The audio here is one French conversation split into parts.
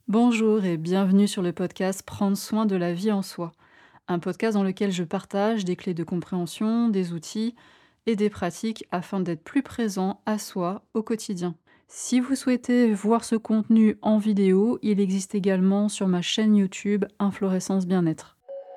Bonjour et bienvenue sur le podcast Prendre soin de la vie en soi, un podcast dans lequel je partage des clés de compréhension, des outils et des pratiques afin d'être plus présent à soi au quotidien. Si vous souhaitez voir ce contenu en vidéo, il existe également sur ma chaîne YouTube Inflorescence Bien-être.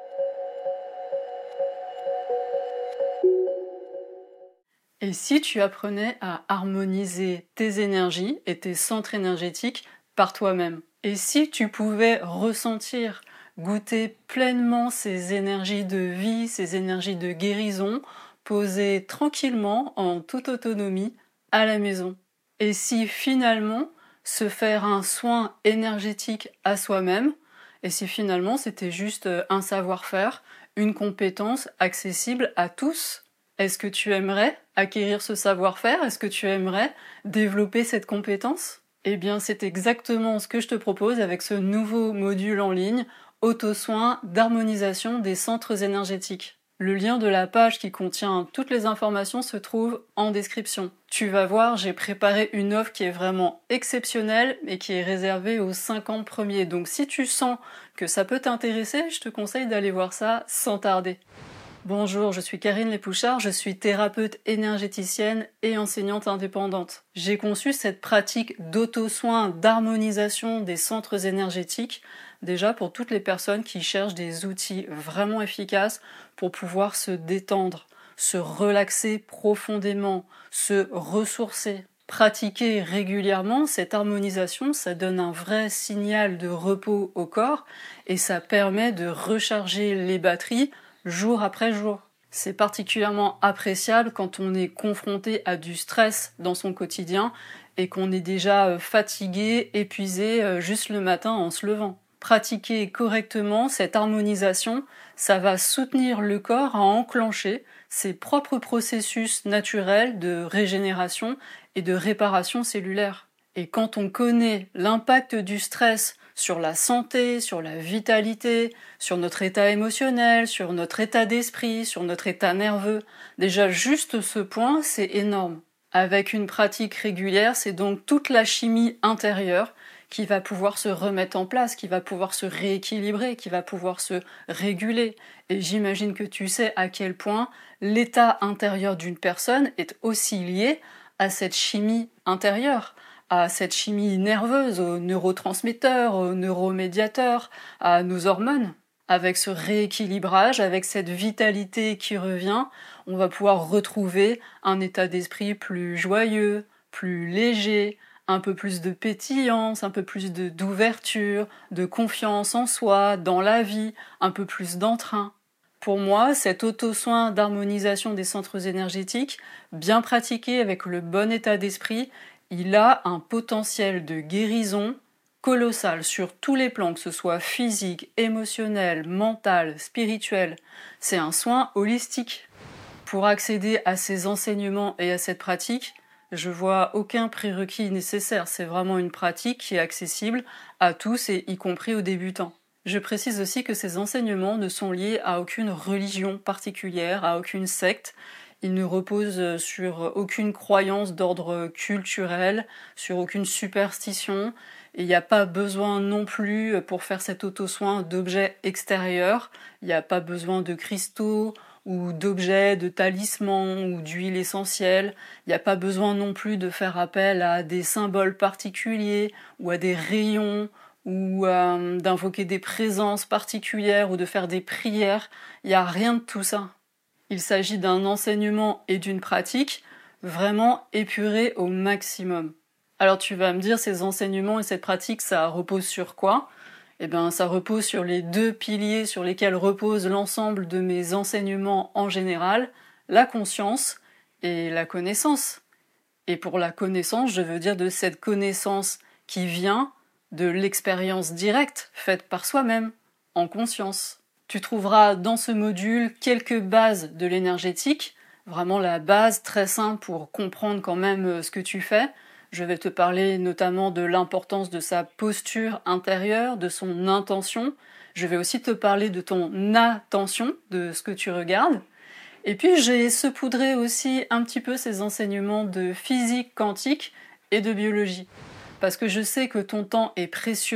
Et si tu apprenais à harmoniser tes énergies et tes centres énergétiques par toi-même? Et si tu pouvais ressentir, goûter pleinement ces énergies de vie, ces énergies de guérison, posées tranquillement, en toute autonomie, à la maison? Et si finalement, se faire un soin énergétique à soi-même, et si finalement c'était juste un savoir-faire, une compétence accessible à tous? Est-ce que tu aimerais acquérir ce savoir-faire? Est-ce que tu aimerais développer cette compétence? Eh bien, c'est exactement ce que je te propose avec ce nouveau module en ligne, Auto-soin d'harmonisation des centres énergétiques. Le lien de la page qui contient toutes les informations se trouve en description. Tu vas voir, j'ai préparé une offre qui est vraiment exceptionnelle et qui est réservée aux 50 premiers. Donc si tu sens que ça peut t'intéresser, je te conseille d'aller voir ça sans tarder. Bonjour, je suis Karine Lépouchard, je suis thérapeute énergéticienne et enseignante indépendante. J'ai conçu cette pratique d'auto-soin, d'harmonisation des centres énergétiques, déjà pour toutes les personnes qui cherchent des outils vraiment efficaces pour pouvoir se détendre, se relaxer profondément, se ressourcer. Pratiquer régulièrement cette harmonisation, ça donne un vrai signal de repos au corps et ça permet de recharger les batteries jour après jour. C'est particulièrement appréciable quand on est confronté à du stress dans son quotidien et qu'on est déjà fatigué, épuisé juste le matin en se levant. Pratiquer correctement cette harmonisation, ça va soutenir le corps à enclencher ses propres processus naturels de régénération et de réparation cellulaire. Et quand on connaît l'impact du stress sur la santé, sur la vitalité, sur notre état émotionnel, sur notre état d'esprit, sur notre état nerveux. Déjà juste ce point, c'est énorme. Avec une pratique régulière, c'est donc toute la chimie intérieure qui va pouvoir se remettre en place, qui va pouvoir se rééquilibrer, qui va pouvoir se réguler. Et j'imagine que tu sais à quel point l'état intérieur d'une personne est aussi lié à cette chimie intérieure, à cette chimie nerveuse, aux neurotransmetteurs, aux neuromédiateurs, à nos hormones. Avec ce rééquilibrage, avec cette vitalité qui revient, on va pouvoir retrouver un état d'esprit plus joyeux, plus léger, un peu plus de pétillance, un peu plus d'ouverture, de confiance en soi, dans la vie, un peu plus d'entrain. Pour moi, cet auto-soin d'harmonisation des centres énergétiques, bien pratiqué avec le bon état d'esprit, il a un potentiel de guérison colossal sur tous les plans, que ce soit physique, émotionnel, mental, spirituel. C'est un soin holistique. Pour accéder à ces enseignements et à cette pratique, je vois aucun prérequis nécessaire. C'est vraiment une pratique qui est accessible à tous et y compris aux débutants. Je précise aussi que ces enseignements ne sont liés à aucune religion particulière, à aucune secte. Ils ne reposent sur aucune croyance d'ordre culturel, sur aucune superstition. Et il n'y a pas besoin non plus, pour faire cet auto-soin, d'objets extérieurs. Il n'y a pas besoin de cristaux ou d'objets, de talismans ou d'huiles essentielles. Il n'y a pas besoin non plus de faire appel à des symboles particuliers ou à des rayons ou d'invoquer des présences particulières ou de faire des prières. Il n'y a rien de tout ça. Il s'agit d'un enseignement et d'une pratique vraiment épurée au maximum. Alors tu vas me dire, ces enseignements et cette pratique, ça repose sur quoi? Eh bien, ça repose sur les deux piliers sur lesquels repose l'ensemble de mes enseignements en général, la conscience et la connaissance. Et pour la connaissance, je veux dire de cette connaissance qui vient de l'expérience directe faite par soi-même, en conscience. Tu trouveras dans ce module quelques bases de l'énergétique, vraiment la base très simple pour comprendre quand même ce que tu fais. Je vais te parler notamment de l'importance de sa posture intérieure, de son intention. Je vais aussi te parler de ton attention, de ce que tu regardes. Et puis j'ai saupoudré aussi un petit peu ces enseignements de physique quantique et de biologie. Parce que je sais que ton temps est précieux,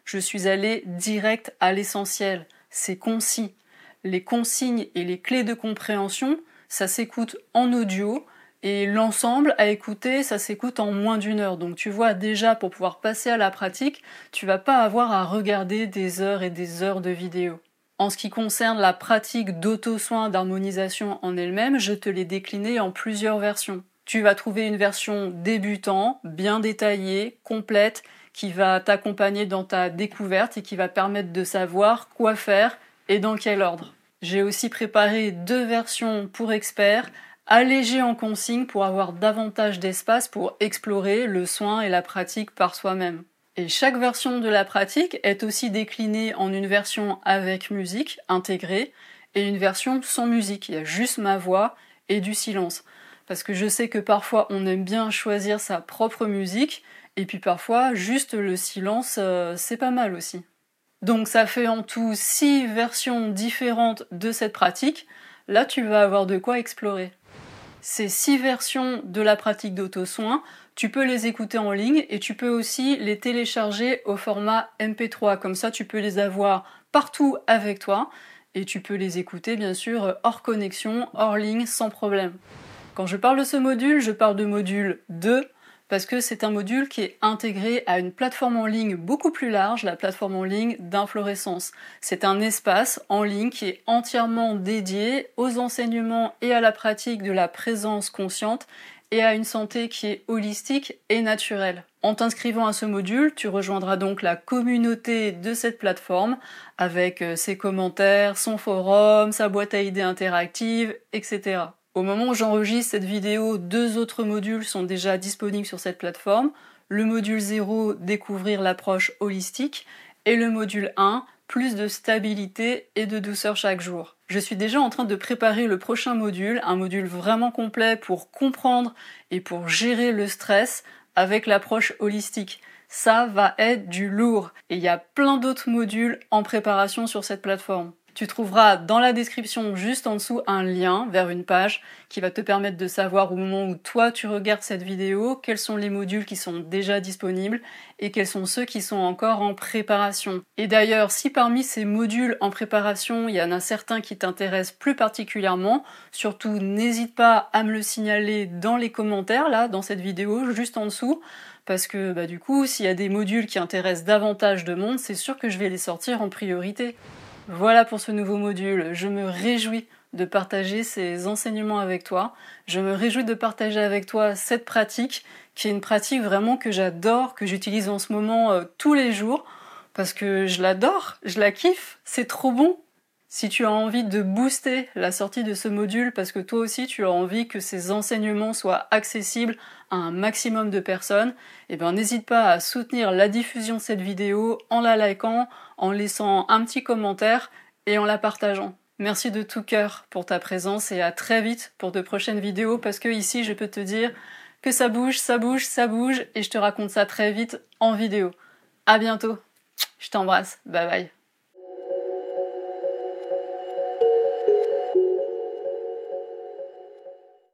Je suis allée direct à l'essentiel. C'est concis. Les consignes et les clés de compréhension, ça s'écoute en audio et l'ensemble à écouter, ça s'écoute en moins d'1 heure. Donc tu vois déjà, pour pouvoir passer à la pratique, tu vas pas avoir à regarder des heures et des heures de vidéos. En ce qui concerne la pratique d'auto-soin d'harmonisation en elle-même, je te l'ai déclinée en plusieurs versions. Tu vas trouver une version débutant, bien détaillée, complète, qui va t'accompagner dans ta découverte et qui va permettre de savoir quoi faire et dans quel ordre. J'ai aussi préparé 2 versions pour experts, allégées en consigne pour avoir davantage d'espace pour explorer le soin et la pratique par soi-même. Et chaque version de la pratique est aussi déclinée en une version avec musique intégrée et une version sans musique. Il y a juste ma voix et du silence. Parce que je sais que parfois on aime bien choisir sa propre musique et puis parfois juste le silence, c'est pas mal aussi. Donc ça fait en tout 6 versions différentes de cette pratique. Là, tu vas avoir de quoi explorer. Ces 6 versions de la pratique d'auto-soin, tu peux les écouter en ligne et tu peux aussi les télécharger au format MP3. Comme ça, tu peux les avoir partout avec toi et tu peux les écouter bien sûr hors connexion, hors ligne, sans problème. Quand je parle de ce module, je parle de module 2 parce que c'est un module qui est intégré à une plateforme en ligne beaucoup plus large, la plateforme en ligne d'Inflorescence. C'est un espace en ligne qui est entièrement dédié aux enseignements et à la pratique de la présence consciente et à une santé qui est holistique et naturelle. En t'inscrivant à ce module, tu rejoindras donc la communauté de cette plateforme avec ses commentaires, son forum, sa boîte à idées interactive, etc. Au moment où j'enregistre cette vidéo, 2 autres modules sont déjà disponibles sur cette plateforme. Le module 0, découvrir l'approche holistique, et le module 1, plus de stabilité et de douceur chaque jour. Je suis déjà en train de préparer le prochain module, un module vraiment complet pour comprendre et pour gérer le stress avec l'approche holistique. Ça va être du lourd. Et il y a plein d'autres modules en préparation sur cette plateforme. Tu trouveras dans la description juste en dessous un lien vers une page qui va te permettre de savoir au moment où toi tu regardes cette vidéo quels sont les modules qui sont déjà disponibles et quels sont ceux qui sont encore en préparation. Et d'ailleurs, si parmi ces modules en préparation, il y en a certains qui t'intéressent plus particulièrement, surtout n'hésite pas à me le signaler dans les commentaires là, dans cette vidéo, juste en dessous. Parce que du coup, s'il y a des modules qui intéressent davantage de monde, c'est sûr que je vais les sortir en priorité. Voilà pour ce nouveau module, je me réjouis de partager ces enseignements avec toi, je me réjouis de partager avec toi cette pratique, qui est une pratique vraiment que j'adore, que j'utilise en ce moment tous les jours, parce que je l'adore, je la kiffe, c'est trop bon. Si tu as envie de booster la sortie de ce module parce que toi aussi tu as envie que ces enseignements soient accessibles à un maximum de personnes, n'hésite pas à soutenir la diffusion de cette vidéo en la likant, en laissant un petit commentaire et en la partageant. Merci de tout cœur pour ta présence et à très vite pour de prochaines vidéos parce que ici je peux te dire que ça bouge, ça bouge, ça bouge et je te raconte ça très vite en vidéo. À bientôt, je t'embrasse, bye bye.